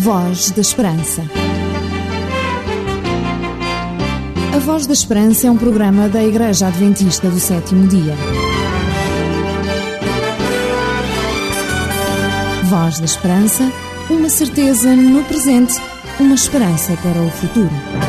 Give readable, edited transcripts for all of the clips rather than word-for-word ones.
Voz da Esperança. A Voz da Esperança é um programa da Igreja Adventista do Sétimo Dia. Voz da Esperança, uma certeza no presente, uma esperança para o futuro.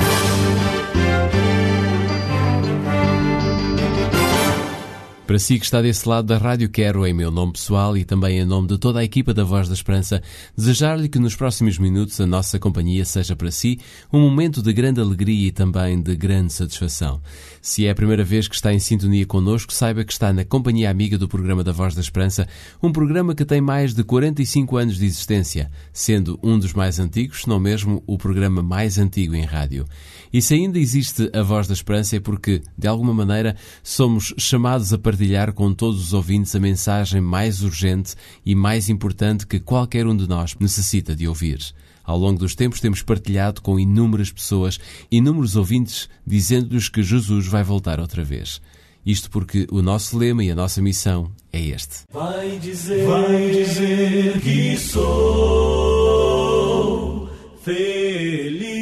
Para si que está desse lado da rádio, quero, em meu nome pessoal e também em nome de toda a equipa da Voz da Esperança, desejar-lhe que nos próximos minutos a nossa companhia seja para si um momento de grande alegria e também de grande satisfação. Se é a primeira vez que está em sintonia connosco, saiba que está na companhia amiga do programa da Voz da Esperança, um programa que tem mais de 45 anos de existência, sendo um dos mais antigos, se não mesmo o programa mais antigo em rádio. E se ainda existe a Voz da Esperança é porque, de alguma maneira, somos chamados a partilhar com todos os ouvintes a mensagem mais urgente e mais importante que qualquer um de nós necessita de ouvir. Ao longo dos tempos temos partilhado com inúmeras pessoas, inúmeros ouvintes, dizendo-lhes que Jesus vai voltar outra vez. Isto porque o nosso lema e a nossa missão é este. Vai dizer que sou feliz.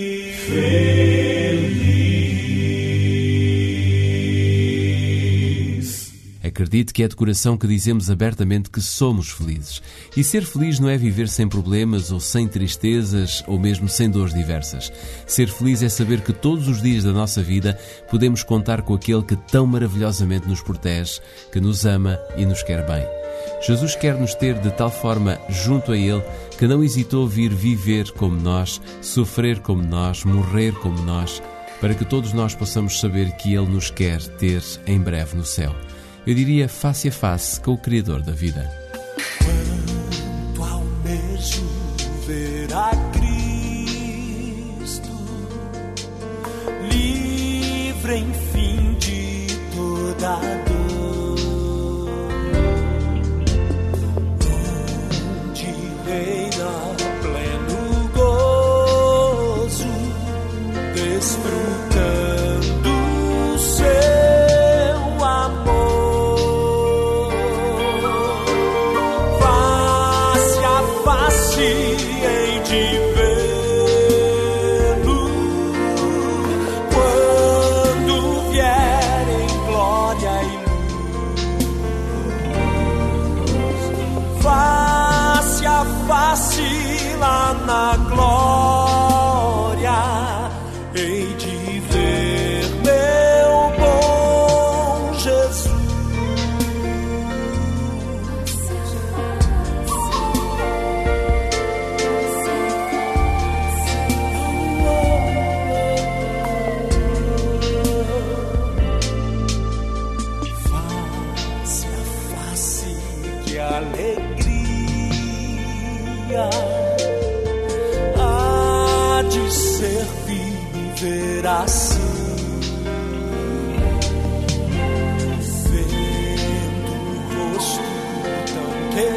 Acredite que é de coração que dizemos abertamente que somos felizes. E ser feliz não é viver sem problemas ou sem tristezas ou mesmo sem dores diversas. Ser feliz é saber que todos os dias da nossa vida podemos contar com aquele que tão maravilhosamente nos protege, que nos ama e nos quer bem. Jesus quer nos ter de tal forma junto a Ele que não hesitou vir viver como nós, sofrer como nós, morrer como nós, para que todos nós possamos saber que Ele nos quer ter em breve no céu. Eu diria face a face com o Criador da vida. Quanto almejo ver a Cristo, livre enfim de toda a dor, onde reina pleno gozo, desfrutando o seu amor. Hei de vê-lo quando vier em glória e luz, face a face lá na glória, hei de ver meu bom Jesus. Alegria há de ser viver assim, vendo o rosto tão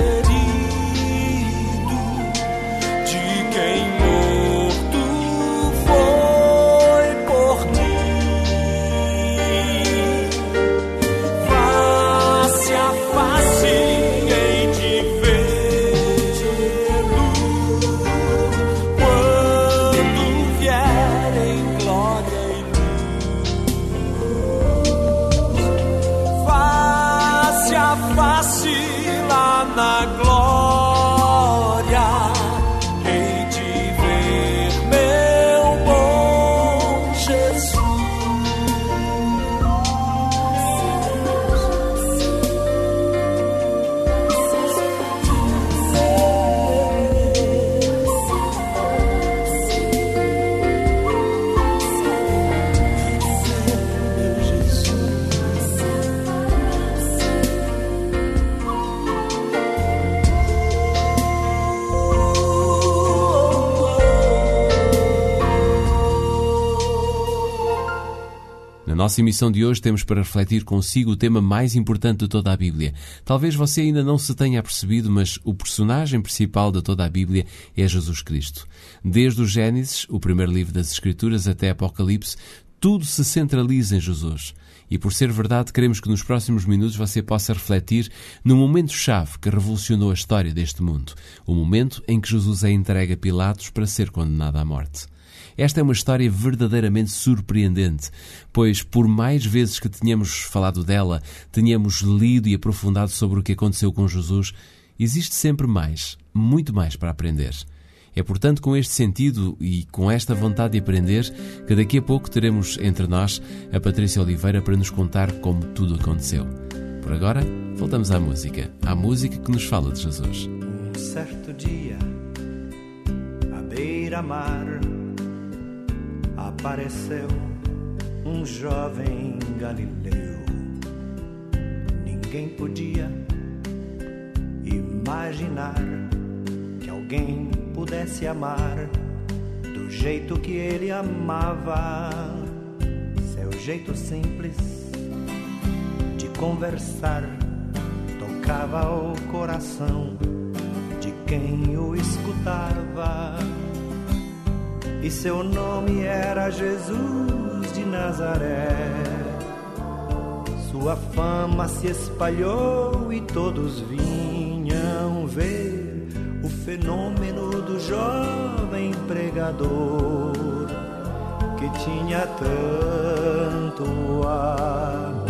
querido de quem morto foi por mim, face a face. Face lá na glória, hei de ver meu bom Jesus. Na nossa emissão de hoje temos para refletir consigo o tema mais importante de toda a Bíblia. Talvez você ainda não se tenha apercebido, mas o personagem principal de toda a Bíblia é Jesus Cristo. Desde o Gênesis, o primeiro livro das Escrituras, até Apocalipse, tudo se centraliza em Jesus. E por ser verdade, queremos que nos próximos minutos você possa refletir no momento-chave que revolucionou a história deste mundo. O momento em que Jesus é entregue a Pilatos para ser condenado à morte. Esta é uma história verdadeiramente surpreendente, pois por mais vezes que tenhamos falado dela, tenhamos lido e aprofundado sobre o que aconteceu com Jesus, existe sempre mais, muito mais para aprender. É portanto com este sentido e com esta vontade de aprender que daqui a pouco teremos entre nós a Patrícia Oliveira para nos contar como tudo aconteceu. Por agora, voltamos à música que nos fala de Jesus. Um certo dia, à beira-mar, apareceu um jovem galileu. Ninguém podia imaginar que alguém pudesse amar do jeito que ele amava. Seu jeito simples de conversar tocava o coração de quem o escutava. E seu nome era Jesus de Nazaré. Sua fama se espalhou e todos vinham ver o fenômeno do jovem pregador que tinha tanto amor.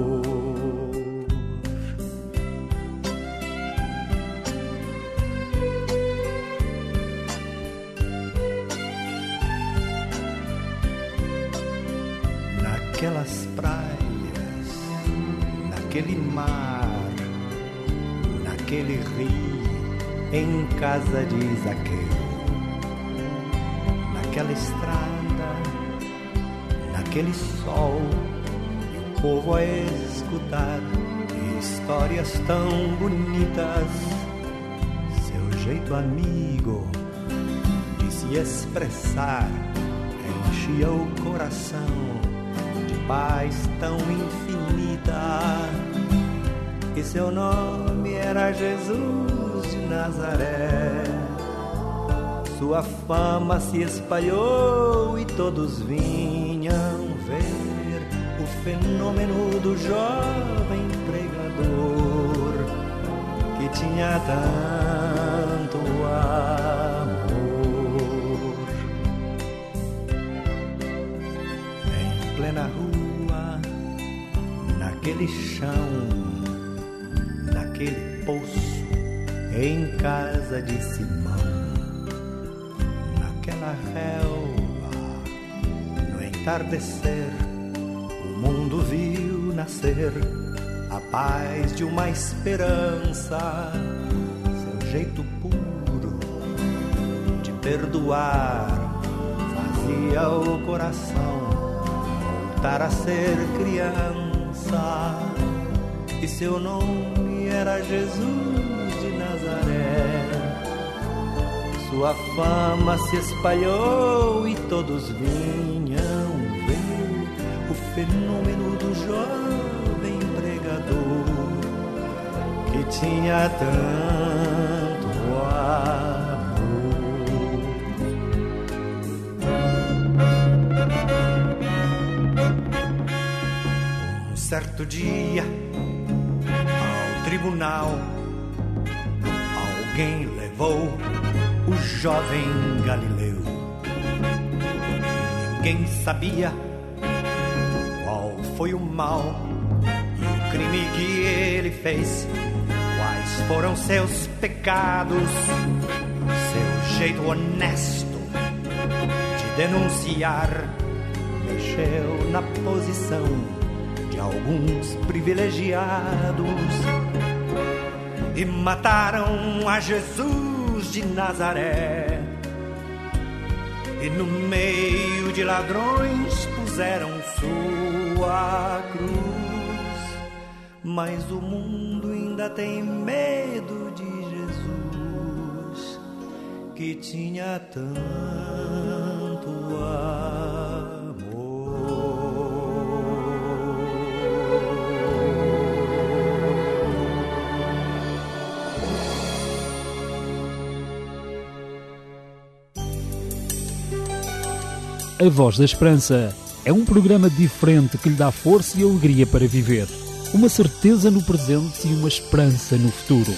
Naquelas praias, naquele mar, naquele rio, em casa de Zaqueu, naquela estrada, naquele sol, e o povo a escutar histórias tão bonitas. Seu jeito amigo de se expressar enchia o coração paz tão infinita. E seu nome era Jesus de Nazaré. Sua fama se espalhou e todos vinham ver o fenômeno do jovem pregador que tinha tanto amor. Em plena rua, naquele chão, naquele poço, em casa de Simão, naquela relva, no entardecer, o mundo viu nascer a paz de uma esperança. Seu jeito puro de perdoar fazia o coração voltar a ser criança. E seu nome era Jesus de Nazaré. Sua fama se espalhou e todos vinham ver o fenômeno do jovem pregador que tinha tanto amor. Um certo dia, ao tribunal, alguém levou o jovem Galileu. Ninguém sabia qual foi o mal e o crime que ele fez, quais foram seus pecados. Seu jeito honesto de denunciar mexeu na posição de alguns privilegiados e mataram a Jesus de Nazaré. E no meio de ladrões puseram sua cruz. Mas o mundo ainda tem medo de Jesus, que tinha tanto amor. A Voz da Esperança é É um programa diferente que lhe dá força e alegria para viver. Uma certeza no presente e uma esperança no futuro.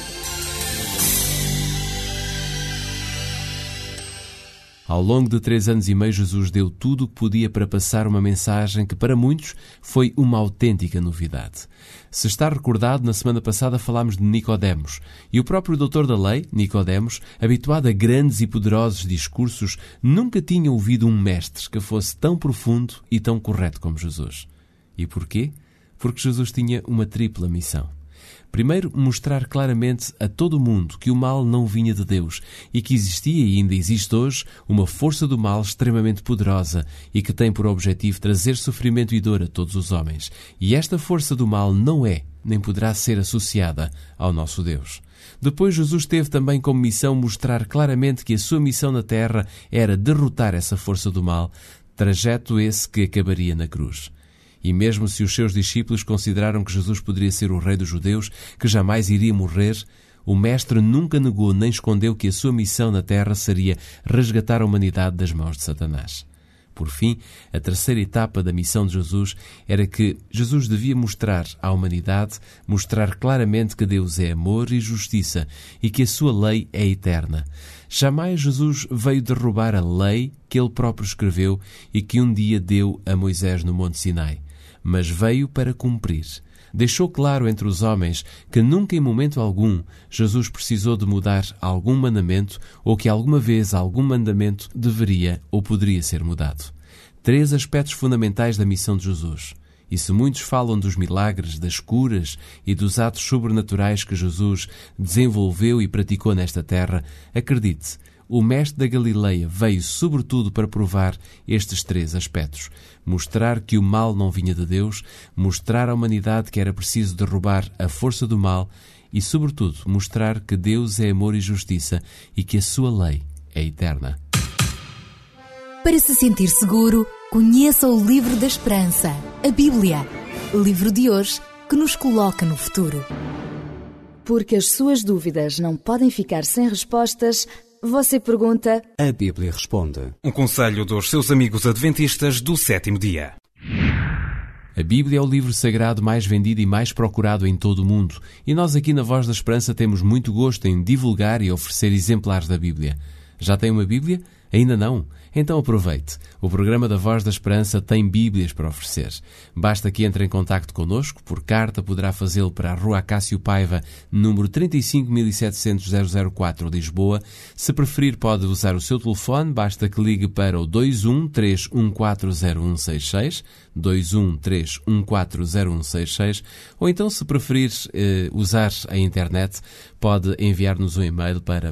Ao longo de 3 anos e meio, Jesus deu tudo o que podia para passar uma mensagem que, para muitos, foi uma autêntica novidade. Se está recordado, na semana passada falámos de Nicodemos, e o próprio doutor da lei, Nicodemos, habituado a grandes e poderosos discursos, nunca tinha ouvido um mestre que fosse tão profundo e tão correto como Jesus. E porquê? Porque Jesus tinha uma tripla missão. Primeiro, mostrar claramente a todo o mundo que o mal não vinha de Deus e que existia e ainda existe hoje uma força do mal extremamente poderosa e que tem por objetivo trazer sofrimento e dor a todos os homens. E esta força do mal não é, nem poderá ser associada ao nosso Deus. Depois, Jesus teve também como missão mostrar claramente que a sua missão na terra era derrotar essa força do mal, trajeto esse que acabaria na cruz. E mesmo se os seus discípulos consideraram que Jesus poderia ser o rei dos judeus, que jamais iria morrer, o Mestre nunca negou nem escondeu que a sua missão na terra seria resgatar a humanidade das mãos de Satanás. Por fim, a terceira etapa da missão de Jesus era que Jesus devia mostrar à humanidade, mostrar claramente que Deus é amor e justiça e que a sua lei é eterna. Jamais Jesus veio derrubar a lei que ele próprio escreveu e que um dia deu a Moisés no Monte Sinai, mas veio para cumprir. Deixou claro entre os homens que nunca em momento algum Jesus precisou de mudar algum mandamento ou que alguma vez algum mandamento deveria ou poderia ser mudado. 3 aspectos fundamentais da missão de Jesus. E se muitos falam dos milagres, das curas e dos atos sobrenaturais que Jesus desenvolveu e praticou nesta terra, acredite, o Mestre da Galileia veio sobretudo para provar estes 3 aspectos. Mostrar que o mal não vinha de Deus, mostrar à humanidade que era preciso derrubar a força do mal e, sobretudo, mostrar que Deus é amor e justiça e que a sua lei é eterna. Para se sentir seguro, conheça o Livro da Esperança, a Bíblia. Livro de hoje que nos coloca no futuro. Porque as suas dúvidas não podem ficar sem respostas, você pergunta... A Bíblia responde. Um conselho dos seus amigos adventistas do 7º dia. A Bíblia é o livro sagrado mais vendido e mais procurado em todo o mundo. E nós aqui na Voz da Esperança temos muito gosto em divulgar e oferecer exemplares da Bíblia. Já tem uma Bíblia? Ainda não? Então aproveite. O programa da Voz da Esperança tem Bíblias para oferecer. Basta que entre em contacto connosco. Por carta poderá fazê-lo para a Rua Acácio Paiva, número 35.700-004, Lisboa. Se preferir, pode usar o seu telefone. Basta que ligue para o 213140166, 213140166, ou então, se preferir usar a internet, pode enviar-nos um e-mail para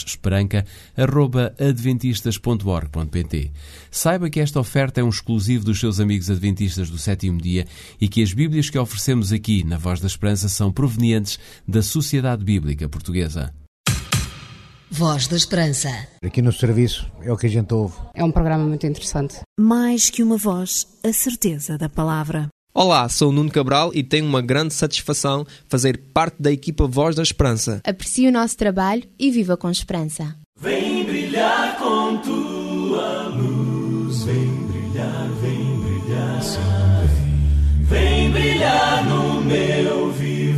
vozesperanca@adventistas.org.pt. Saiba que esta oferta é um exclusivo dos seus amigos adventistas do 7º dia e que as Bíblias que oferecemos aqui na Voz da Esperança são provenientes da Sociedade Bíblica Portuguesa. Voz da Esperança. Aqui no serviço é o que a gente ouve. É um programa muito interessante. Mais que uma voz, a certeza da palavra. Olá, sou o Nuno Cabral e tenho uma grande satisfação fazer parte da equipa Voz da Esperança. Aprecie o nosso trabalho e viva com esperança. Vem brilhar com tua luz, vem brilhar, sim, vem brilhar no meu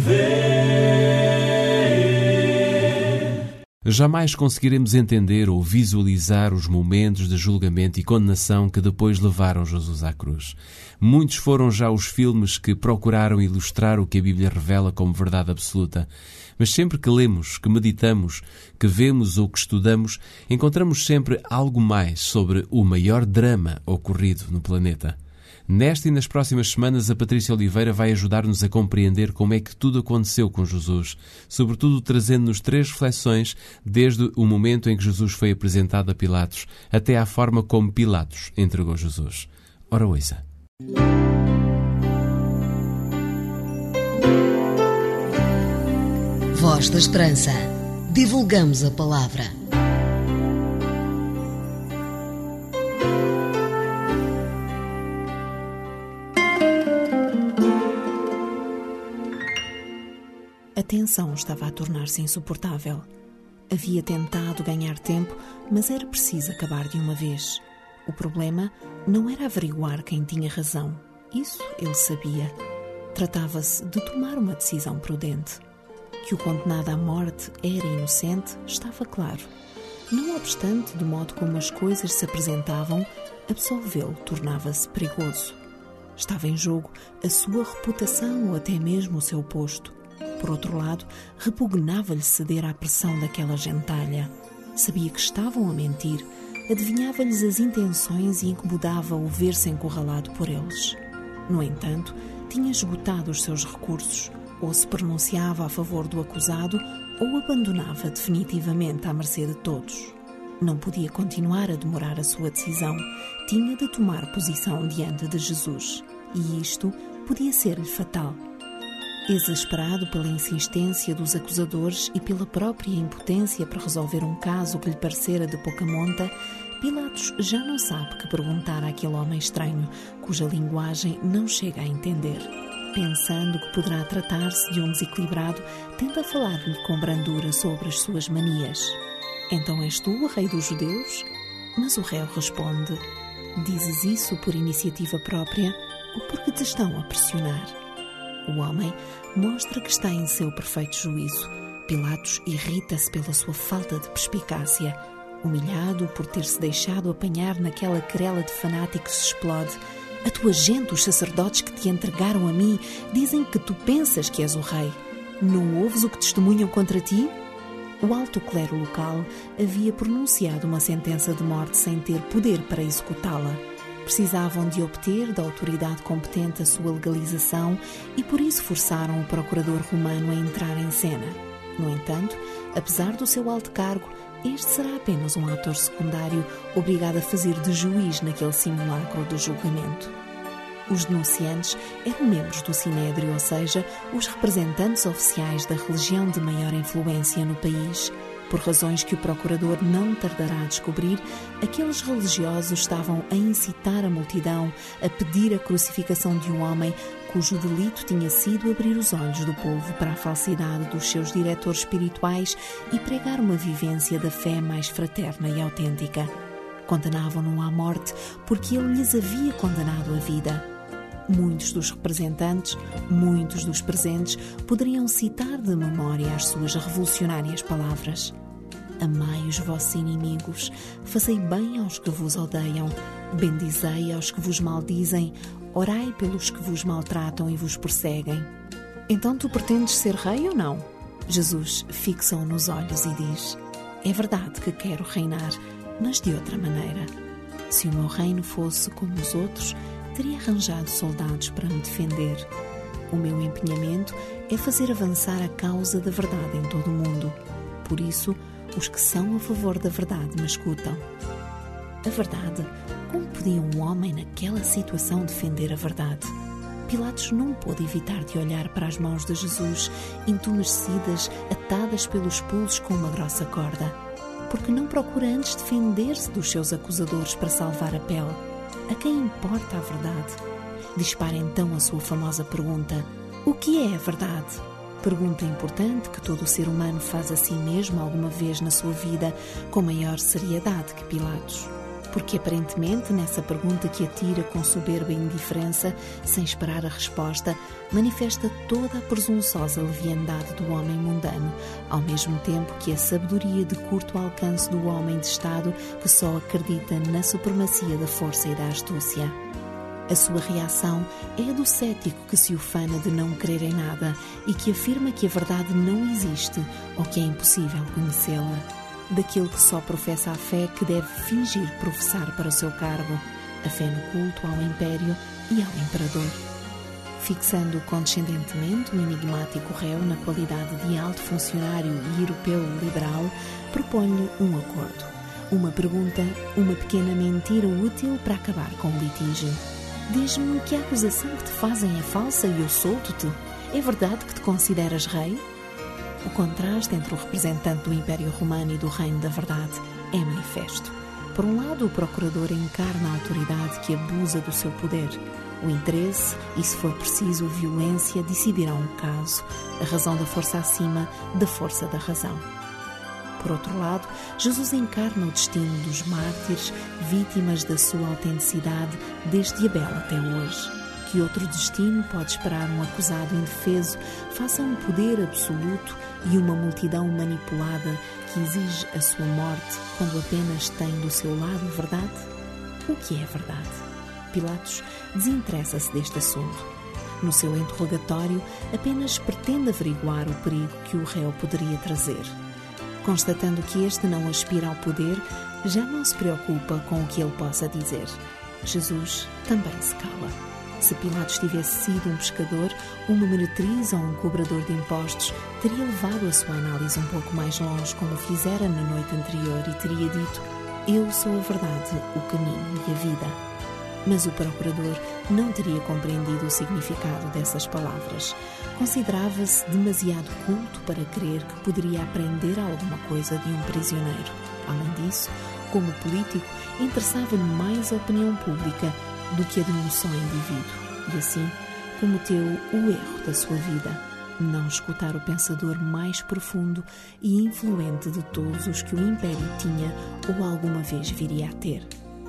viver. Jamais conseguiremos entender ou visualizar os momentos de julgamento e condenação que depois levaram Jesus à cruz. Muitos foram já os filmes que procuraram ilustrar o que a Bíblia revela como verdade absoluta. Mas sempre que lemos, que meditamos, que vemos ou que estudamos, encontramos sempre algo mais sobre o maior drama ocorrido no planeta. Nesta e nas próximas semanas, a Patrícia Oliveira vai ajudar-nos a compreender como é que tudo aconteceu com Jesus, sobretudo trazendo-nos 3 reflexões desde o momento em que Jesus foi apresentado a Pilatos até à forma como Pilatos entregou Jesus. Ora, ouça. Voz da Esperança. Divulgamos a palavra. A tensão estava a tornar-se insuportável. Havia tentado ganhar tempo, mas era preciso acabar de uma vez. O problema não era averiguar quem tinha razão. Isso ele sabia. Tratava-se de tomar uma decisão prudente. Que o condenado à morte era inocente estava claro. Não obstante, do modo como as coisas se apresentavam, absolvê-lo tornava-se perigoso. Estava em jogo a sua reputação ou até mesmo o seu posto. Por outro lado, repugnava-lhe ceder à pressão daquela gentalha. Sabia que estavam a mentir, adivinhava-lhes as intenções e incomodava-o ver-se encurralado por eles. No entanto, tinha esgotado os seus recursos, ou se pronunciava a favor do acusado, ou abandonava definitivamente à mercê de todos. Não podia continuar a demorar a sua decisão, tinha de tomar posição diante de Jesus, e isto podia ser-lhe fatal. Exasperado pela insistência dos acusadores e pela própria impotência para resolver um caso que lhe parecera de pouca monta, Pilatos já não sabe que perguntar àquele homem estranho, cuja linguagem não chega a entender. Pensando que poderá tratar-se de um desequilibrado, tenta falar-lhe com brandura sobre as suas manias. Então és tu o rei dos judeus? Mas o réu responde: dizes isso por iniciativa própria ou porque te estão a pressionar? O homem mostra que está em seu perfeito juízo. Pilatos irrita-se pela sua falta de perspicácia. Humilhado por ter-se deixado apanhar naquela querela de fanáticos, explode: a tua gente, os sacerdotes que te entregaram a mim, dizem que tu pensas que és o rei. Não ouves o que testemunham contra ti? O alto clero local havia pronunciado uma sentença de morte sem ter poder para executá-la. Precisavam de obter da autoridade competente a sua legalização e por isso forçaram o procurador romano a entrar em cena. No entanto, apesar do seu alto cargo, este será apenas um ator secundário obrigado a fazer de juiz naquele simulacro do julgamento. Os denunciantes eram membros do Sinédrio, ou seja, os representantes oficiais da religião de maior influência no país. Por razões que o procurador não tardará a descobrir, aqueles religiosos estavam a incitar a multidão a pedir a crucificação de um homem cujo delito tinha sido abrir os olhos do povo para a falsidade dos seus diretores espirituais e pregar uma vivência da fé mais fraterna e autêntica. Condenavam-no à morte porque ele lhes havia condenado a vida. Muitos dos representantes, muitos dos presentes, poderiam citar de memória as suas revolucionárias palavras: amai os vossos inimigos, fazei bem aos que vos odeiam, bendizei aos que vos maldizem, orai pelos que vos maltratam e vos perseguem. Então tu pretendes ser rei ou não? Jesus fixa-o nos olhos e diz: é verdade que quero reinar, mas de outra maneira. Se o meu reino fosse como os outros, teria arranjado soldados para me defender. O meu empenhamento é fazer avançar a causa da verdade em todo o mundo. Por isso, os que são a favor da verdade me escutam. A verdade? Como podia um homem naquela situação defender a verdade? Pilatos não pôde evitar de olhar para as mãos de Jesus, entumecidas, atadas pelos pulsos com uma grossa corda. Porque não procura antes defender-se dos seus acusadores para salvar a pele? A quem importa a verdade? Dispara então a sua famosa pergunta: o que é a verdade? Pergunta importante que todo o ser humano faz a si mesmo alguma vez na sua vida, com maior seriedade que Pilatos. Porque aparentemente nessa pergunta que atira com soberba indiferença, sem esperar a resposta, manifesta toda a presunçosa leviandade do homem mundano, ao mesmo tempo que a sabedoria de curto alcance do homem de Estado que só acredita na supremacia da força e da astúcia. A sua reação é a do cético que se ufana de não crer em nada e que afirma que a verdade não existe ou que é impossível conhecê-la. Daquele que só professa a fé que deve fingir professar para o seu cargo, a fé no culto ao império e ao imperador. Fixando condescendentemente o enigmático réu na qualidade de alto funcionário e europeu liberal, propõe-lhe um acordo. Uma pergunta, uma pequena mentira útil para acabar com o litígio. Diz-me que a acusação que te fazem é falsa e eu solto-te. É verdade que te consideras rei? O contraste entre o representante do Império Romano e do Reino da Verdade é manifesto. Por um lado, o procurador encarna a autoridade que abusa do seu poder. O interesse e, se for preciso, a violência decidirão o caso, a razão da força acima da força da razão. Por outro lado, Jesus encarna o destino dos mártires, vítimas da sua autenticidade desde Abel até hoje. Que outro destino pode esperar um acusado indefeso face a um poder absoluto e uma multidão manipulada que exige a sua morte quando apenas tem do seu lado a verdade? O que é verdade? Pilatos desinteressa-se deste assunto. No seu interrogatório, apenas pretende averiguar o perigo que o réu poderia trazer. Constatando que este não aspira ao poder, já não se preocupa com o que ele possa dizer. Jesus também se cala. Se Pilatos tivesse sido um pescador, uma meretriz ou um cobrador de impostos, teria levado a sua análise um pouco mais longe, como fizera na noite anterior, e teria dito: eu sou a verdade, o caminho e a vida. Mas o procurador não teria compreendido o significado dessas palavras. Considerava-se demasiado culto para crer que poderia aprender alguma coisa de um prisioneiro. Além disso, como político, interessava-lhe mais a opinião pública do que a de um só indivíduo. E assim, cometeu o erro da sua vida: não escutar o pensador mais profundo e influente de todos os que o Império tinha ou alguma vez viria a ter.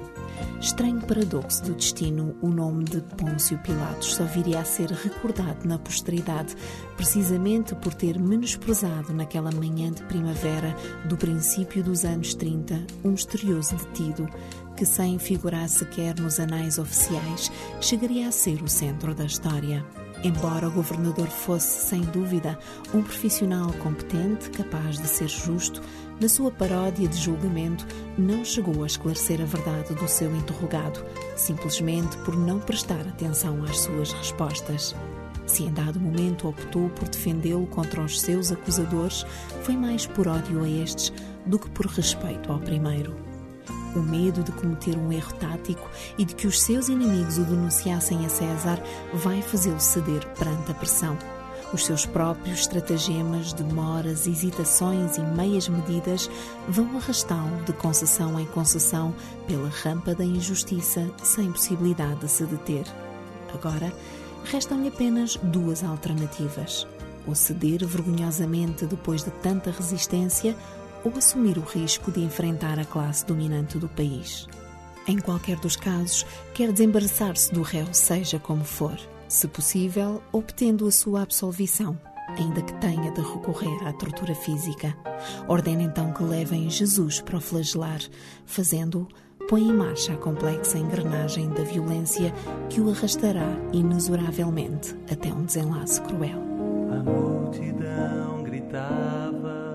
Estranho paradoxo do destino, o nome de Pôncio Pilatos só viria a ser recordado na posteridade, precisamente por ter menosprezado naquela manhã de primavera do princípio dos anos 30 um misterioso detido que, sem figurar sequer nos anais oficiais, chegaria a ser o centro da história. Embora o governador fosse, sem dúvida, um profissional competente, capaz de ser justo, na sua paródia de julgamento não chegou a esclarecer a verdade do seu interrogado, simplesmente por não prestar atenção às suas respostas. Se em dado momento optou por defendê-lo contra os seus acusadores, foi mais por ódio a estes do que por respeito ao primeiro. O medo de cometer um erro tático e de que os seus inimigos o denunciassem a César vai fazê-lo ceder perante a pressão. Os seus próprios estratagemas, demoras, hesitações e meias medidas vão arrastá-lo de concessão em concessão pela rampa da injustiça, sem possibilidade de se deter. Agora, restam-lhe apenas duas alternativas: ou ceder vergonhosamente depois de tanta resistência, ou assumir o risco de enfrentar a classe dominante do país. Em qualquer dos casos, quer desembaraçar-se do réu, seja como for, se possível, obtendo a sua absolvição, ainda que tenha de recorrer à tortura física. Ordena então que levem Jesus para o flagelar. Fazendo-o, põe em marcha a complexa engrenagem da violência que o arrastará inexoravelmente até um desenlace cruel. A multidão gritava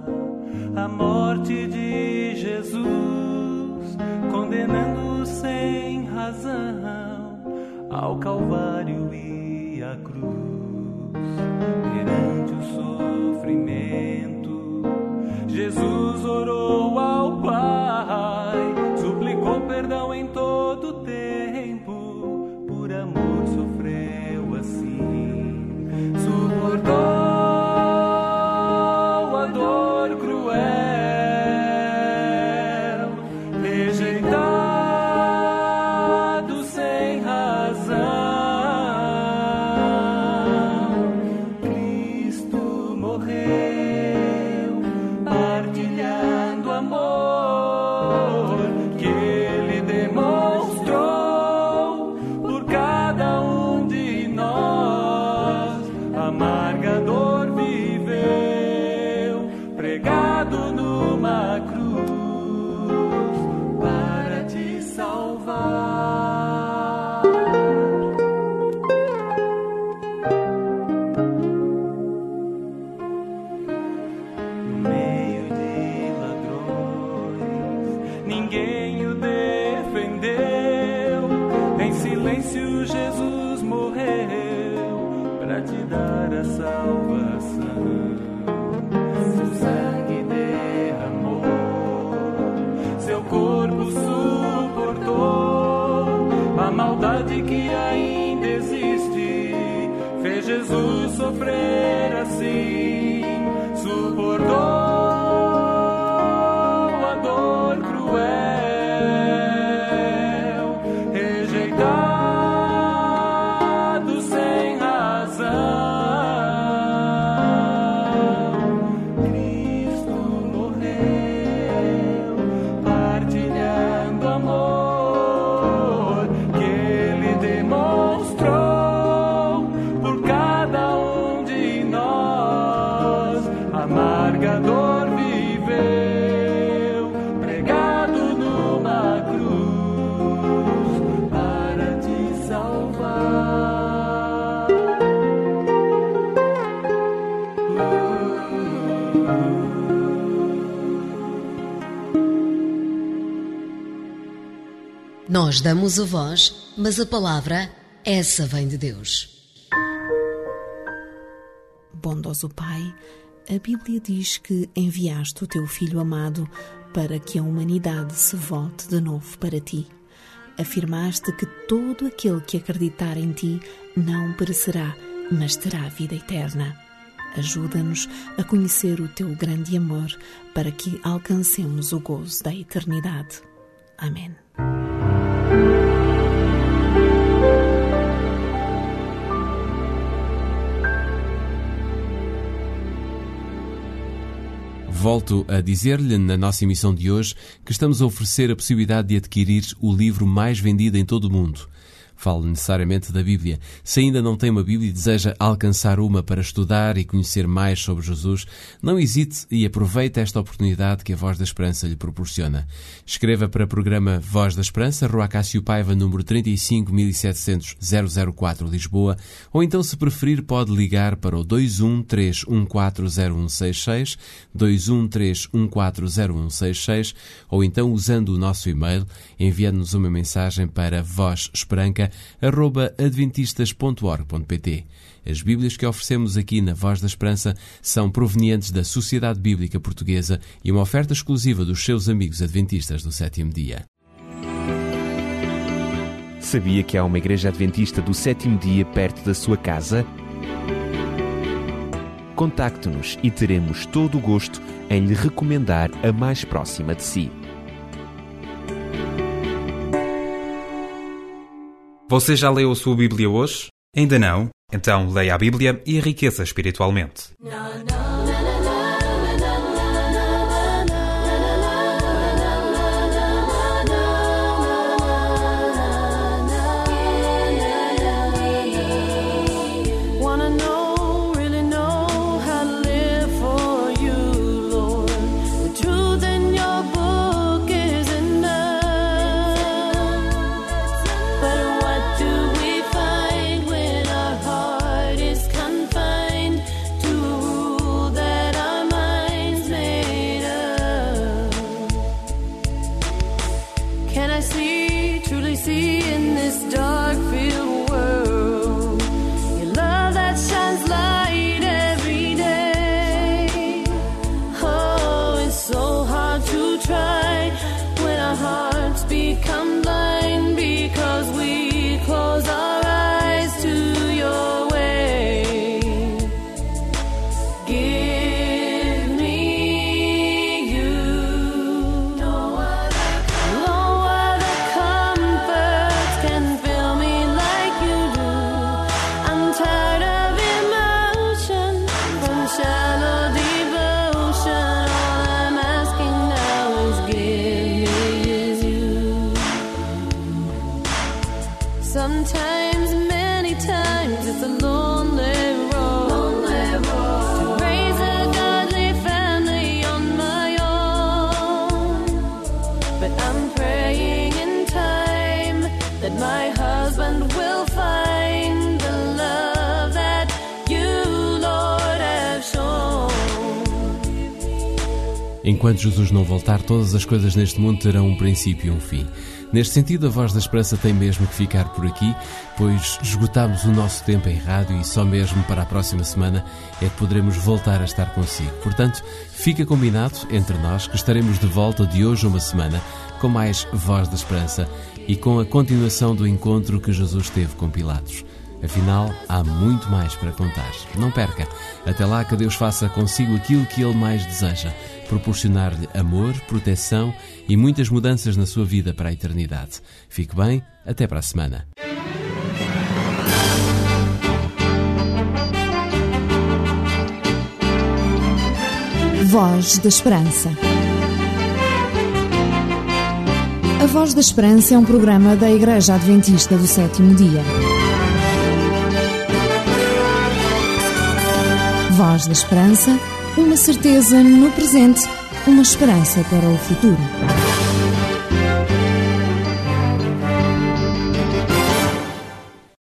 a morte de Jesus, condenando sem razão ao Calvário e à cruz. Perante o sofrimento, Jesus orou ao Pai, suplicou perdão em todo o tempo, por amor sofreu assim, suportou a dor cruel, rejeitado sem razão. Cristo morreu, partilhando amor que Ele demonstrou por cada um de nós. Amarga dor viveu, pregado numa cruz para te salvar. No meio de ladrões, ninguém o defendeu. Em silêncio Jesus morreu para te dar a salvação. Seu sangue derramou, seu corpo suportou a maldade que ainda existe. Fez Jesus sofrer assim, suportou a dor cruel, rejeitado sem razão. Cristo morreu. largador viveu, pregado numa cruz para te salvar. Nós damos a voz, mas a palavra, essa vem de Deus. Bondoso Pai, a Bíblia diz que enviaste o teu Filho amado para que a humanidade se volte de novo para ti. Afirmaste que todo aquele que acreditar em ti não perecerá, mas terá vida eterna. Ajuda-nos a conhecer o teu grande amor para que alcancemos o gozo da eternidade. Amém. Volto a dizer-lhe na nossa emissão de hoje que estamos a oferecer a possibilidade de adquirir o livro mais vendido em todo o mundo. Falo necessariamente da Bíblia. Se ainda não tem uma Bíblia e deseja alcançar uma para estudar e conhecer mais sobre Jesus, não hesite e aproveite esta oportunidade que a Voz da Esperança lhe proporciona. Escreva para o programa Voz da Esperança, Rua Cássio Paiva, número 35.700 004, Lisboa, ou então, se preferir, pode ligar para o 213140166, 213140166, ou então, usando o nosso e-mail, enviando-nos uma mensagem para vozesperanca@adventistas.org.pt. As Bíblias que oferecemos aqui na Voz da Esperança são provenientes da Sociedade Bíblica Portuguesa e uma oferta exclusiva dos seus amigos adventistas do Sétimo Dia. Sabia que há uma igreja adventista do Sétimo Dia perto da sua casa? Contacte-nos e teremos todo o gosto em lhe recomendar a mais próxima de si. Você já leu a sua Bíblia hoje? Ainda não? Então leia a Bíblia e enriqueça espiritualmente. Sometimes, many times, it's a lonely road to raise a godly family on my own. But I'm praying in time that my husband will find the love that you, Lord, have shown. Enquanto Jesus não voltar, todas as coisas neste mundo terão um princípio e um fim. Neste sentido, a Voz da Esperança tem mesmo que ficar por aqui, pois esgotamos o nosso tempo em rádio e só mesmo para a próxima semana é que poderemos voltar a estar consigo. Portanto, fica combinado entre nós que estaremos de volta de hoje a uma semana com mais Voz da Esperança e com a continuação do encontro que Jesus teve com Pilatos. Afinal, há muito mais para contar. Não perca. Até lá, que Deus faça consigo aquilo que Ele mais deseja, proporcionar-lhe amor, proteção e muitas mudanças na sua vida para a eternidade. Fique bem, até para a semana. Voz da Esperança. A Voz da Esperança é um programa da Igreja Adventista do Sétimo Dia. Voz da Esperança, uma certeza no presente, uma esperança para o futuro.